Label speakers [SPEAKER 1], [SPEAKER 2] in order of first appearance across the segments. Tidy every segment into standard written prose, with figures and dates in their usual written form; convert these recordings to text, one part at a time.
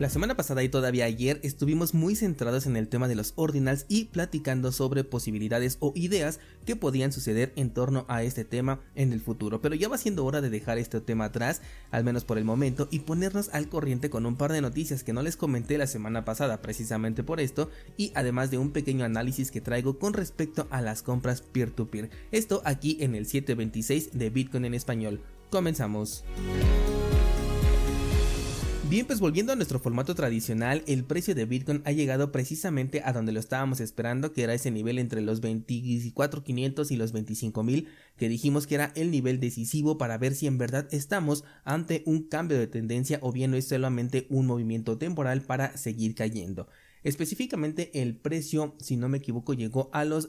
[SPEAKER 1] La semana pasada y todavía ayer estuvimos muy centrados en el tema de los ordinals y platicando sobre posibilidades o ideas que podían suceder en torno a este tema en el futuro, pero ya va siendo hora de dejar este tema atrás, al menos por el momento, y ponernos al corriente con un par de noticias que no les comenté la semana pasada precisamente por esto, y además de un pequeño análisis que traigo con respecto a las compras peer-to-peer. Esto aquí en el 726 de Bitcoin en español. Comenzamos. Bien, pues volviendo a nuestro formato tradicional, el precio de Bitcoin ha llegado precisamente a donde lo estábamos esperando, que era ese nivel entre los 24.500 y los 25.000, que dijimos que era el nivel decisivo para ver si en verdad estamos ante un cambio de tendencia o bien no es solamente un movimiento temporal para seguir cayendo. Específicamente el precio, si no me equivoco, llegó a los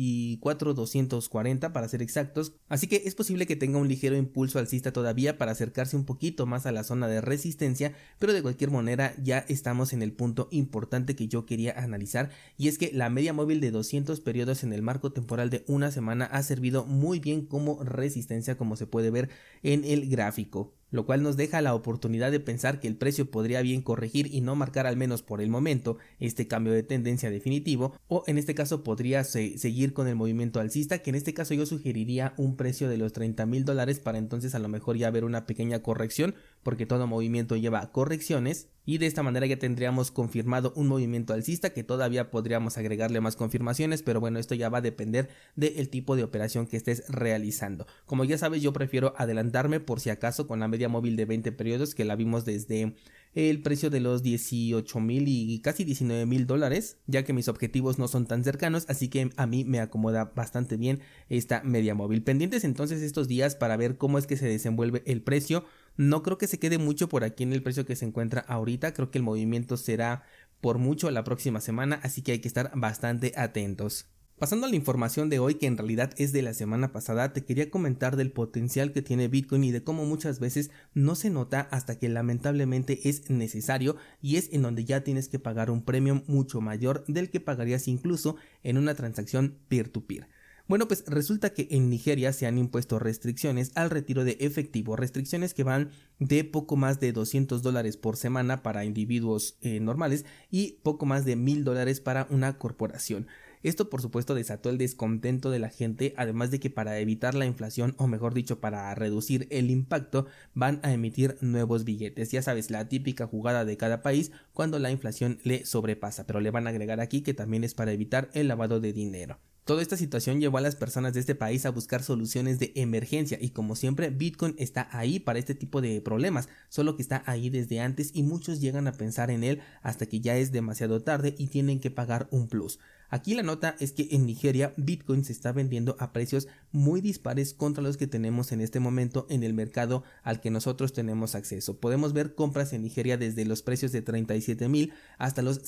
[SPEAKER 1] 24.240 para ser exactos, así que es posible que tenga un ligero impulso alcista todavía para acercarse un poquito más a la zona de resistencia, pero de cualquier manera ya estamos en el punto importante que yo quería analizar, y es que la media móvil de 200 periodos en el marco temporal de una semana ha servido muy bien como resistencia, como se puede ver en el gráfico, lo cual nos deja la oportunidad de pensar que el precio podría bien corregir y no marcar, al menos por el momento, este cambio de tendencia definitivo, o en este caso podría seguir con el movimiento alcista, que en este caso yo sugeriría un precio de los $30,000 para entonces a lo mejor ya ver una pequeña corrección, porque todo movimiento lleva correcciones, y de esta manera ya tendríamos confirmado un movimiento alcista que todavía podríamos agregarle más confirmaciones, pero bueno, esto ya va a depender del tipo de operación que estés realizando. Como ya sabes, yo prefiero adelantarme por si acaso con la media móvil de 20 periodos, que la vimos desde el precio de los 18,000 y casi $19,000, ya que mis objetivos no son tan cercanos, así que a mí me acomoda bastante bien esta media móvil. Pendientes entonces estos días para ver cómo es que se desenvuelve el precio. No creo que se quede mucho por aquí en el precio que se encuentra ahorita, creo que el movimiento será por mucho la próxima semana, así que hay que estar bastante atentos. Pasando a la información de hoy, que en realidad es de la semana pasada, te quería comentar del potencial que tiene Bitcoin y de cómo muchas veces no se nota hasta que lamentablemente es necesario, y es en donde ya tienes que pagar un premio mucho mayor del que pagarías incluso en una transacción peer-to-peer. Bueno, pues resulta que en Nigeria se han impuesto restricciones al retiro de efectivo, restricciones que van de poco más de $200 por semana para individuos normales y poco más de $1,000 para una corporación. Esto por supuesto desató el descontento de la gente, además de que para evitar la inflación, o mejor dicho para reducir el impacto, van a emitir nuevos billetes. Ya sabes, la típica jugada de cada país cuando la inflación le sobrepasa, pero le van a agregar aquí que también es para evitar el lavado de dinero. Toda esta situación llevó a las personas de este país a buscar soluciones de emergencia, y como siempre Bitcoin está ahí para este tipo de problemas, solo que está ahí desde antes y muchos llegan a pensar en él hasta que ya es demasiado tarde y tienen que pagar un plus. Aquí la nota es que en Nigeria Bitcoin se está vendiendo a precios muy dispares contra los que tenemos en este momento en el mercado al que nosotros tenemos acceso. Podemos ver compras en Nigeria desde los precios de 37,000 hasta los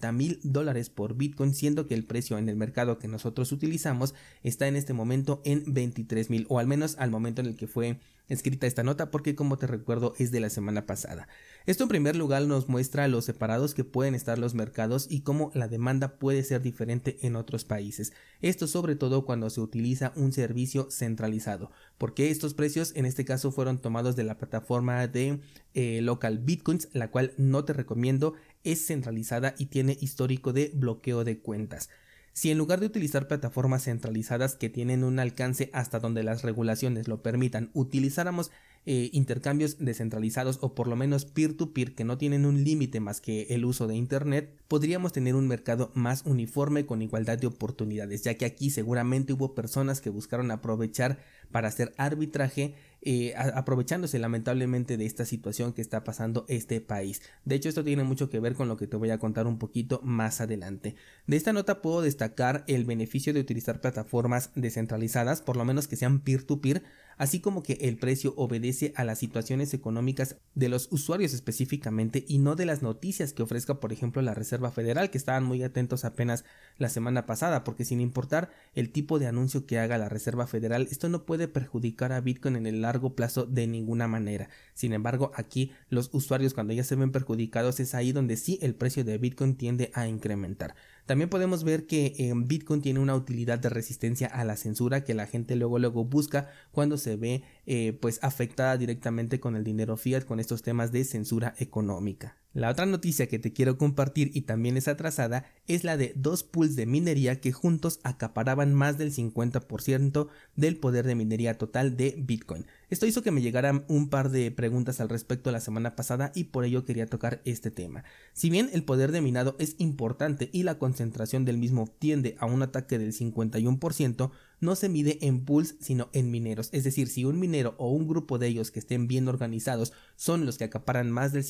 [SPEAKER 1] $60,000 por Bitcoin, siendo que el precio en el mercado que nosotros utilizamos está en este momento en 23,000, o al menos al momento en el que fue escrita esta nota, porque como te recuerdo es de la semana pasada. Esto en primer lugar nos muestra los separados que pueden estar los mercados y cómo la demanda puede ser diferente en otros países. Esto sobre todo cuando se utiliza un servicio centralizado, porque estos precios en este caso fueron tomados de la plataforma de Local Bitcoins, la cual no te recomiendo, es centralizada y tiene histórico de bloqueo de cuentas. Si en lugar de utilizar plataformas centralizadas que tienen un alcance hasta donde las regulaciones lo permitan, utilizáramos intercambios descentralizados o por lo menos peer-to-peer que no tienen un límite más que el uso de internet, podríamos tener un mercado más uniforme con igualdad de oportunidades, ya que aquí seguramente hubo personas que buscaron aprovechar para hacer arbitraje, aprovechándose lamentablemente de esta situación que está pasando este país. De hecho, esto tiene mucho que ver con lo que te voy a contar un poquito más adelante. De esta nota puedo destacar el beneficio de utilizar plataformas descentralizadas, por lo menos que sean peer-to-peer, así como que el precio obedece a las situaciones económicas de los usuarios específicamente y no de las noticias que ofrezca, por ejemplo, la Reserva Federal, que estaban muy atentos apenas la semana pasada, porque sin importar el tipo de anuncio que haga la Reserva Federal, esto no puede perjudicar a Bitcoin en el largo plazo de ninguna manera. Sin embargo, aquí los usuarios, cuando ya se ven perjudicados, es ahí donde sí el precio de Bitcoin tiende a incrementar. También podemos ver que Bitcoin tiene una utilidad de resistencia a la censura que la gente luego busca cuando se ve pues afectada directamente con el dinero fiat, con estos temas de censura económica. La otra noticia que te quiero compartir y también es atrasada es la de dos pools de minería que juntos acaparaban más del 50% del poder de minería total de Bitcoin. Esto hizo que me llegaran un par de preguntas al respecto la semana pasada y por ello quería tocar este tema. Si bien el poder de minado es importante y la concentración del mismo tiende a un ataque del 51%, no se mide en pools sino en mineros, es decir, si un minero o un grupo de ellos que estén bien organizados son los que acaparan más del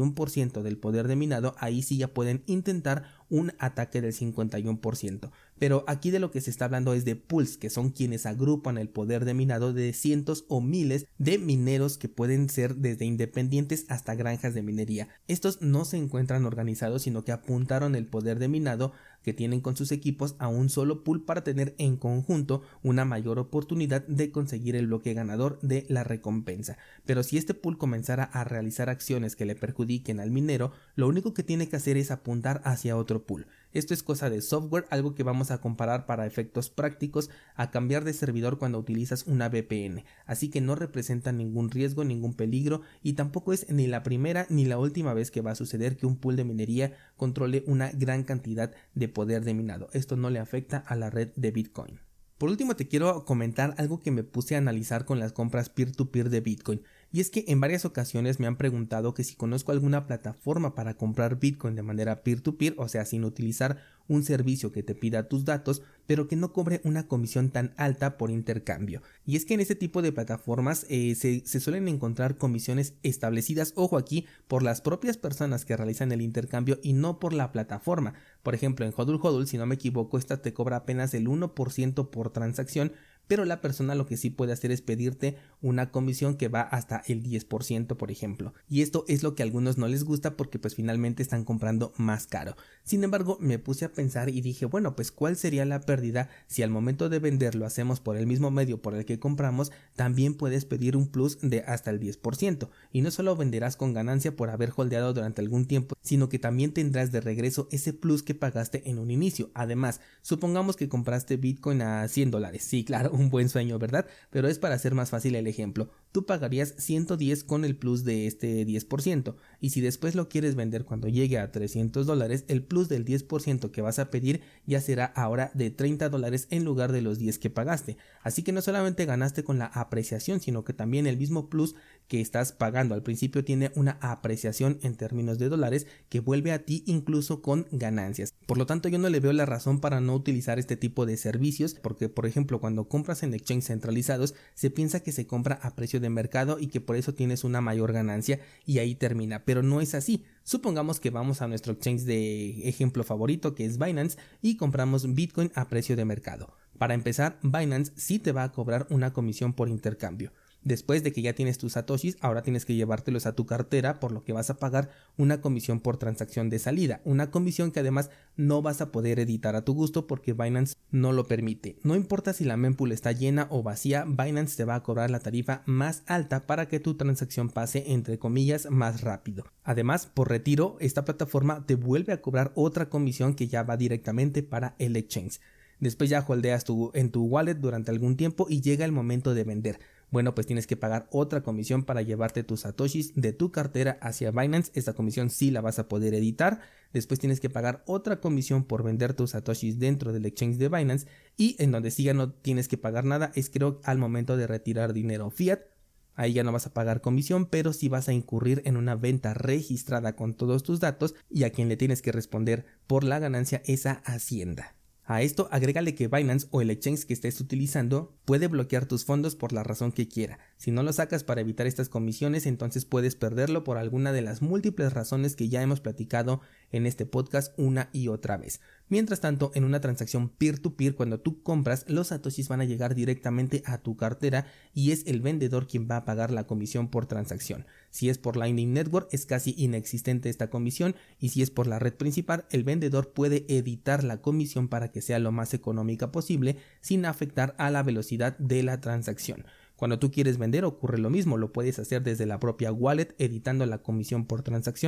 [SPEAKER 1] 51% del poder de minado, ahí sí ya pueden intentar un ataque del 51%. Pero aquí de lo que se está hablando es de pools, que son quienes agrupan el poder de minado de cientos o miles de mineros que pueden ser desde independientes hasta granjas de minería. Estos no se encuentran organizados, sino que apuntaron el poder de minado que tienen con sus equipos a un solo pool para tener en conjunto una mayor oportunidad de conseguir el bloque ganador de la recompensa. Pero si este pool comenzara a realizar acciones que le perjudiquen al minero, lo único que tiene que hacer es apuntar hacia otro pool. Esto es cosa de software, algo que vamos a comparar para efectos prácticos a cambiar de servidor cuando utilizas una VPN, así que no representa ningún riesgo, ningún peligro y tampoco es ni la primera ni la última vez que va a suceder que un pool de minería controle una gran cantidad de poder de minado. Esto no le afecta a la red de Bitcoin. Por último te quiero comentar algo que me puse a analizar con las compras peer-to-peer de Bitcoin, y es que en varias ocasiones me han preguntado que si conozco alguna plataforma para comprar Bitcoin de manera peer-to-peer, o sea, sin utilizar un servicio que te pida tus datos, pero que no cobre una comisión tan alta por intercambio. Y es que en este tipo de plataformas se suelen encontrar comisiones establecidas, ojo aquí, por las propias personas que realizan el intercambio y no por la plataforma. Por ejemplo, en Hodl Hodl, si no me equivoco, esta te cobra apenas el 1% por transacción, pero la persona lo que sí puede hacer es pedirte una comisión que va hasta el 10%, por ejemplo. Y esto es lo que a algunos no les gusta porque pues finalmente están comprando más caro. Sin embargo, me puse a pensar y dije, bueno, pues ¿cuál sería la pérdida si al momento de vender lo hacemos por el mismo medio por el que compramos? También puedes pedir un plus de hasta el 10%. Y no solo venderás con ganancia por haber holdeado durante algún tiempo, sino que también tendrás de regreso ese plus que pagaste en un inicio. Además, supongamos que compraste Bitcoin a $100. Sí, claro, un buen sueño, ¿verdad? Pero es para hacer más fácil el ejemplo. Tú pagarías 110 con el plus de este 10%, y si después lo quieres vender cuando llegue a $300, el plus del 10% que vas a pedir ya será ahora de $30 en lugar de los 10 que pagaste. Así que no solamente ganaste con la apreciación, sino que también el mismo plus que estás pagando al principio tiene una apreciación en términos de dólares que vuelve a ti incluso con ganancias. Por lo tanto, yo no le veo la razón para no utilizar este tipo de servicios, porque por ejemplo cuando compras en exchange centralizados se piensa que se compra a precio de mercado y que por eso tienes una mayor ganancia y ahí termina, pero no es así. Supongamos que vamos a nuestro exchange de ejemplo favorito, que es Binance, y compramos Bitcoin a precio de mercado. Para empezar, Binance sí te va a cobrar una comisión por intercambio. Después de que ya tienes tus satoshis, ahora tienes que llevártelos a tu cartera, por lo que vas a pagar una comisión por transacción de salida, una comisión que además no vas a poder editar a tu gusto porque Binance no lo permite. No importa si la mempool está llena o vacía, Binance te va a cobrar la tarifa más alta para que tu transacción pase entre comillas más rápido. Además, por retiro, esta plataforma te vuelve a cobrar otra comisión que ya va directamente para el exchange. Después ya holdeas en tu wallet durante algún tiempo y llega el momento de vender. Bueno, pues tienes que pagar otra comisión para llevarte tus satoshis de tu cartera hacia Binance. Esta comisión sí la vas a poder editar. Después tienes que pagar otra comisión por vender tus satoshis dentro del exchange de Binance, y en donde sí ya no tienes que pagar nada es creo al momento de retirar dinero fiat. Ahí ya no vas a pagar comisión, pero sí vas a incurrir en una venta registrada con todos tus datos y a quien le tienes que responder por la ganancia es a Hacienda. A esto agrégale que Binance o el exchange que estés utilizando puede bloquear tus fondos por la razón que quiera. Si no lo sacas para evitar estas comisiones, entonces puedes perderlo por alguna de las múltiples razones que ya hemos platicado en este podcast una y otra vez. Mientras tanto, en una transacción peer-to-peer, cuando tú compras, los satoshis van a llegar directamente a tu cartera y es el vendedor quien va a pagar la comisión por transacción. Si es por Lightning Network, es casi inexistente esta comisión, y si es por la red principal, el vendedor puede editar la comisión para que sea lo más económica posible sin afectar a la velocidad de la transacción. Cuando tú quieres vender ocurre lo mismo, lo puedes hacer desde la propia wallet editando la comisión por transacción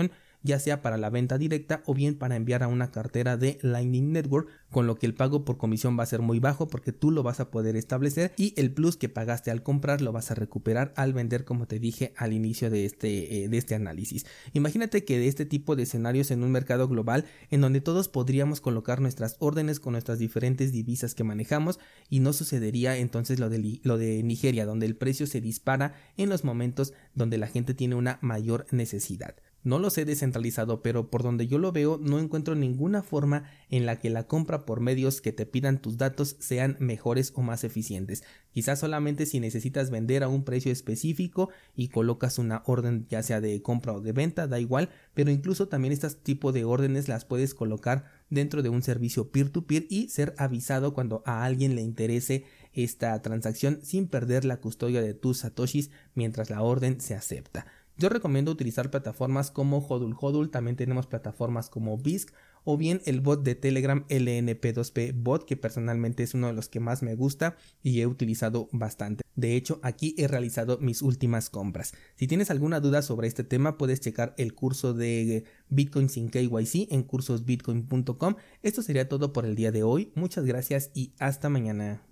[SPEAKER 1] ya sea para la venta directa o bien para enviar a una cartera de Lightning Network, con lo que el pago por comisión va a ser muy bajo porque tú lo vas a poder establecer y el plus que pagaste al comprar lo vas a recuperar al vender, como te dije al inicio de este análisis. Imagínate que de este tipo de escenarios en un mercado global en donde todos podríamos colocar nuestras órdenes con nuestras diferentes divisas que manejamos y no sucedería entonces lo de Nigeria, donde el precio se dispara en los momentos donde la gente tiene una mayor necesidad. No los he descentralizado, pero por donde yo lo veo no encuentro ninguna forma en la que la compra por medios que te pidan tus datos sean mejores o más eficientes. Quizás solamente si necesitas vender a un precio específico y colocas una orden ya sea de compra o de venta, da igual, pero incluso también este tipo de órdenes las puedes colocar dentro de un servicio peer-to-peer y ser avisado cuando a alguien le interese esta transacción sin perder la custodia de tus satoshis mientras la orden se acepta. Yo recomiendo utilizar plataformas como Hodl Hodl, también tenemos plataformas como Bisq o bien el bot de Telegram LNP2P bot, que personalmente es uno de los que más me gusta y he utilizado bastante. De hecho, aquí he realizado mis últimas compras. Si tienes alguna duda sobre este tema, puedes checar el curso de Bitcoin sin KYC en cursosbitcoin.com. Esto sería todo por el día de hoy. Muchas gracias y hasta mañana.